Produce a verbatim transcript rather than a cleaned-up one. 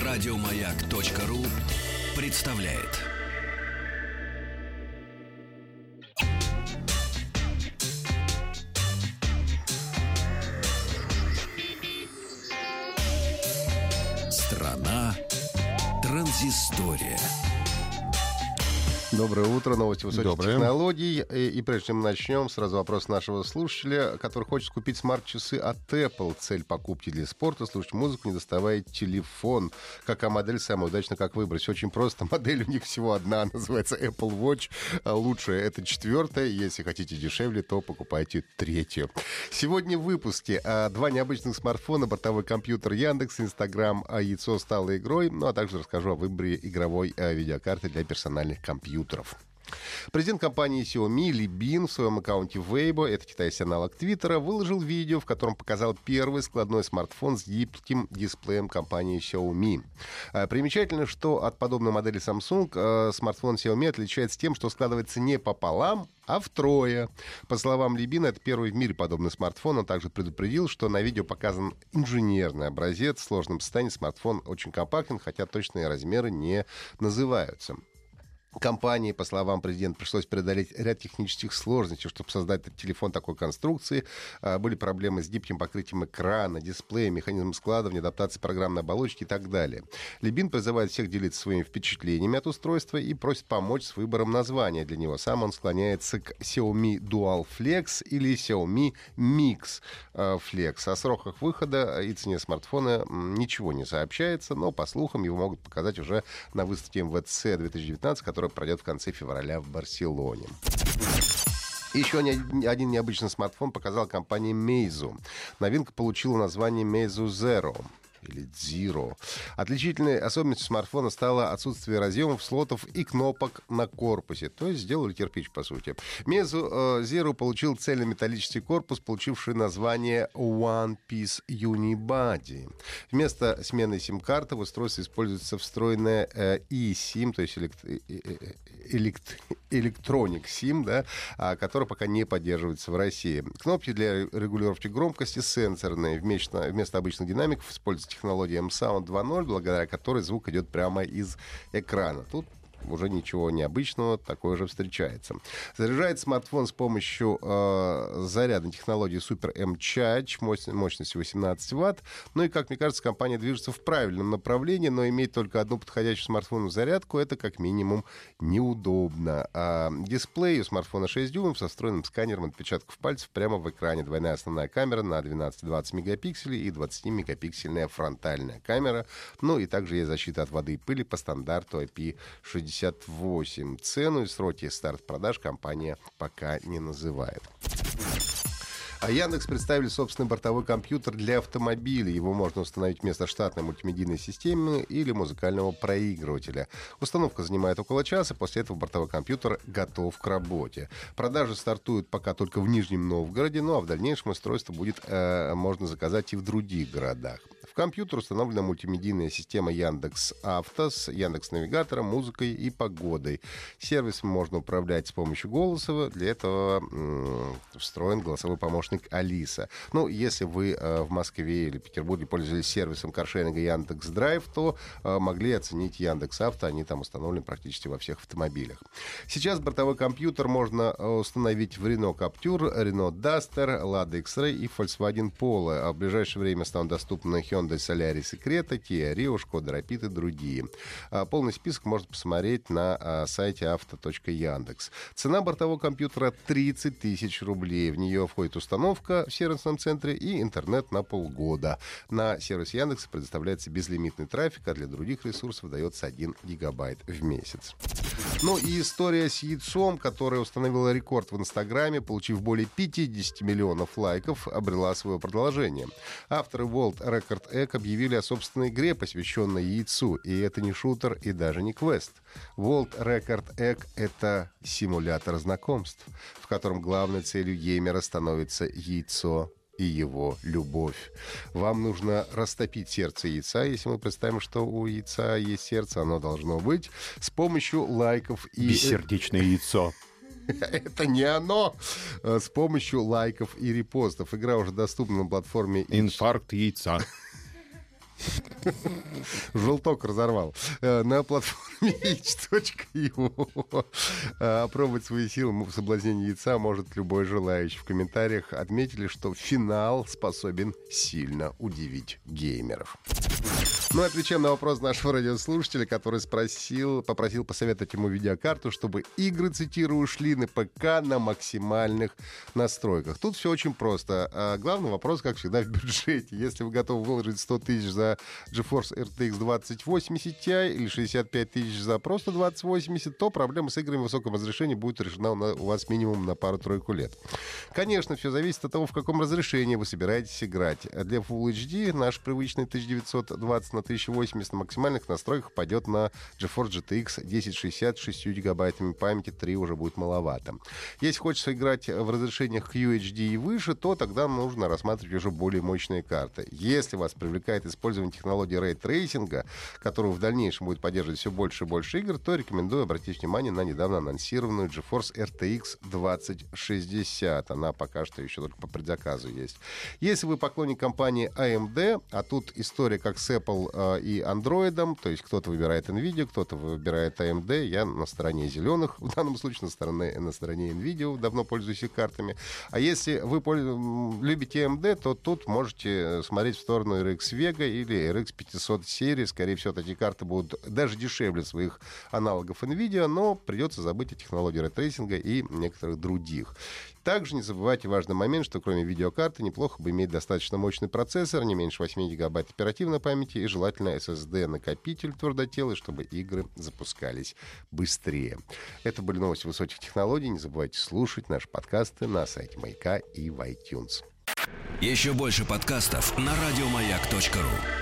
Радиомаяк.ру представляет. Страна транзистория. Доброе утро, новости высоких Доброе. технологий. И, и прежде чем мы начнем, сразу вопрос нашего слушателя, который хочет купить смарт-часы от Apple. Цель покупки для спорта — слушать музыку, не доставая телефон. Какая модель самая удачная, как выбрать? Очень просто. Модель у них всего одна, называется Apple Watch. Лучшая — это четвертая. Если хотите дешевле, то покупайте третью. Сегодня в выпуске два необычных смартфона, бортовой компьютер Яндекс, Инстаграм, яйцо стало игрой. Ну а также расскажу о выборе игровой видеокарты для персональных компьютеров. Президент компании Xiaomi Ли Бин в своем аккаунте Weibo, это китайский аналог Твиттера, выложил видео, в котором показал первый складной смартфон с гибким дисплеем компании Xiaomi. Примечательно, что от подобной модели Samsung смартфон Xiaomi отличается тем, что складывается не пополам, а втрое. По словам Ли Бина, это первый в мире подобный смартфон. Он также предупредил, что на видео показан инженерный образец. В сложном состоянии смартфон очень компактен, хотя точные размеры не называются. Компании, по словам президента, пришлось преодолеть ряд технических сложностей, чтобы создать этот телефон такой конструкции. Были проблемы с гибким покрытием экрана, дисплея, механизмом складывания, адаптацией программной оболочки и так далее. Ли Бин призывает всех делиться своими впечатлениями от устройства и просит помочь с выбором названия для него. Сам он склоняется к Xiaomi Dual Flex или Xiaomi Mix Flex. О сроках выхода и цене смартфона ничего не сообщается, но, по слухам, его могут показать уже на выставке эм вэ цэ две тысячи девятнадцать, которая пройдет в конце февраля в Барселоне. Еще один необычный смартфон показала компания Meizu. Новинка получила название Meizu Zero. Или Zero. Отличительной особенностью смартфона стало отсутствие разъемов, слотов и кнопок на корпусе. То есть сделали кирпич, по сути. Meizu Zero получил цельнометаллический корпус, получивший название One Piece Unibody. Вместо смены сим-карты в устройстве используется встроенная eSIM, то есть элект... элект... Electronic SIM, да, которая пока не поддерживается в России. Кнопки для регулировки громкости сенсорные. Вместо, вместо обычных динамиков используется технология M-Sound два ноль, благодаря которой звук идет прямо из экрана. Тут уже ничего необычного, такое же встречается. Заряжает смартфон с помощью э, зарядной технологии Super M-Charge мощностью восемнадцать ватт. Ну и, как мне кажется, компания движется в правильном направлении, но иметь только одну подходящую смартфону зарядку — это как минимум неудобно. А дисплей у смартфона шесть дюймов со встроенным сканером отпечатков пальцев прямо в экране. Двойная основная камера на двенадцать-двадцать мегапикселей и двадцатимегапиксельная фронтальная камера. Ну и также есть защита от воды и пыли по стандарту ай пи шестьдесят восемь. Цену и сроки старт продаж компания пока не называет. А Яндекс представили собственный бортовой компьютер для автомобилей. Его можно установить вместо штатной мультимедийной системы или музыкального проигрывателя. Установка занимает около часа, после этого бортовой компьютер готов к работе. Продажи стартуют пока только в Нижнем Новгороде, ну а в дальнейшем устройство будет э, можно заказать и в других городах. В компьютер установлена мультимедийная система Яндекс.Авто с Яндекс.Навигатором, музыкой и погодой. Сервисом можно управлять с помощью голоса. Для этого м- встроен голосовой помощник Алиса. Ну, если вы э, в Москве или Петербурге пользовались сервисом каршеринга Яндекс.Драйв, то э, могли оценить Яндекс.Авто. Они там установлены практически во всех автомобилях. Сейчас бортовой компьютер можно установить в Renault Captur, Renault Duster, Lada X-Ray и Volkswagen Polo. А в ближайшее время станут доступны Hyundai Solaris и Creta, Kia Rio, Skoda Rapid и другие. А полный список можно посмотреть на а, сайте авто точка яндекс. Цена бортового компьютера тридцать тысяч рублей. В нее входит установка в сервисном центре и интернет на полгода. На сервис Яндекса предоставляется безлимитный трафик, а для других ресурсов дается один гигабайт в месяц. Ну и история с яйцом, которая установила рекорд в Инстаграме, получив более пятьдесят миллионов лайков, обрела свое продолжение. Авторы World Record Egg объявили о собственной игре, посвященной яйцу. И это не шутер и даже не квест. World Record Egg — это симулятор знакомств, в котором главной целью геймера становится яйцо и его любовь. Вам нужно растопить сердце яйца. Если мы представим, что у яйца есть сердце, оно должно быть, с помощью лайков и... Бессердечное яйцо. Это не оно. С помощью лайков и репостов. Игра уже доступна на платформе... Инфаркт яйца. Желток разорвал. На платформе эйч точка ю опробовать свои силы в соблазнении яйца может любой желающий. В комментариях отметили, что финал способен сильно удивить геймеров. Ну, отвечаем на вопрос нашего радиослушателя, который спросил, попросил посоветовать ему видеокарту, чтобы игры, цитирую, шли на ПК на максимальных настройках. Тут все очень просто. А главный вопрос, как всегда, в бюджете. Если вы готовы выложить сто тысяч за GeForce эр ти экс двадцать восемьдесят Ti или шестьдесят пять тысяч за просто двадцать восемьдесят, то проблема с играми в высоком разрешении будет решена у вас минимум на пару-тройку лет. Конечно, все зависит от того, в каком разрешении вы собираетесь играть. Для Full эйч ди наш привычный тысяча девятьсот двадцать на тысяча восемьдесят на максимальных настройках пойдет на GeForce джи ти экс десять шестьдесят с шестью гигабайтами памяти, три уже будет маловато. Если хочется играть в разрешениях кью эйч ди и выше, то тогда нужно рассматривать уже более мощные карты. Если вас привлекает использование технологии рейтрейсинга, которую в дальнейшем будет поддерживать все больше и больше игр, то рекомендую обратить внимание на недавно анонсированную GeForce эр ти экс двадцать шестьдесят. Она пока что еще только по предзаказу есть. Если вы поклонник компании эй эм ди, а тут история как с Apple э, и Android, то есть кто-то выбирает NVIDIA, кто-то выбирает эй эм ди, я на стороне зеленых, в данном случае на стороне, на стороне NVIDIA, давно пользуюсь их картами. А если вы любите эй эм ди, то тут можете смотреть в сторону эр икс Vega или эр икс пятьсот серии. Скорее всего, эти карты будут даже дешевле своих аналогов NVIDIA, но придется забыть о технологии рейтрейсинга и некоторых других. Также не забывайте важный момент, что кроме видеокарты неплохо бы иметь достаточно мощный процессор, не меньше восемь гигабайт оперативной памяти и желательно эс эс ди-накопитель твердотелый, чтобы игры запускались быстрее. Это были новости высоких технологий. Не забывайте слушать наши подкасты на сайте Маяка и в iTunes. Еще больше подкастов на радиомаяк точка ру.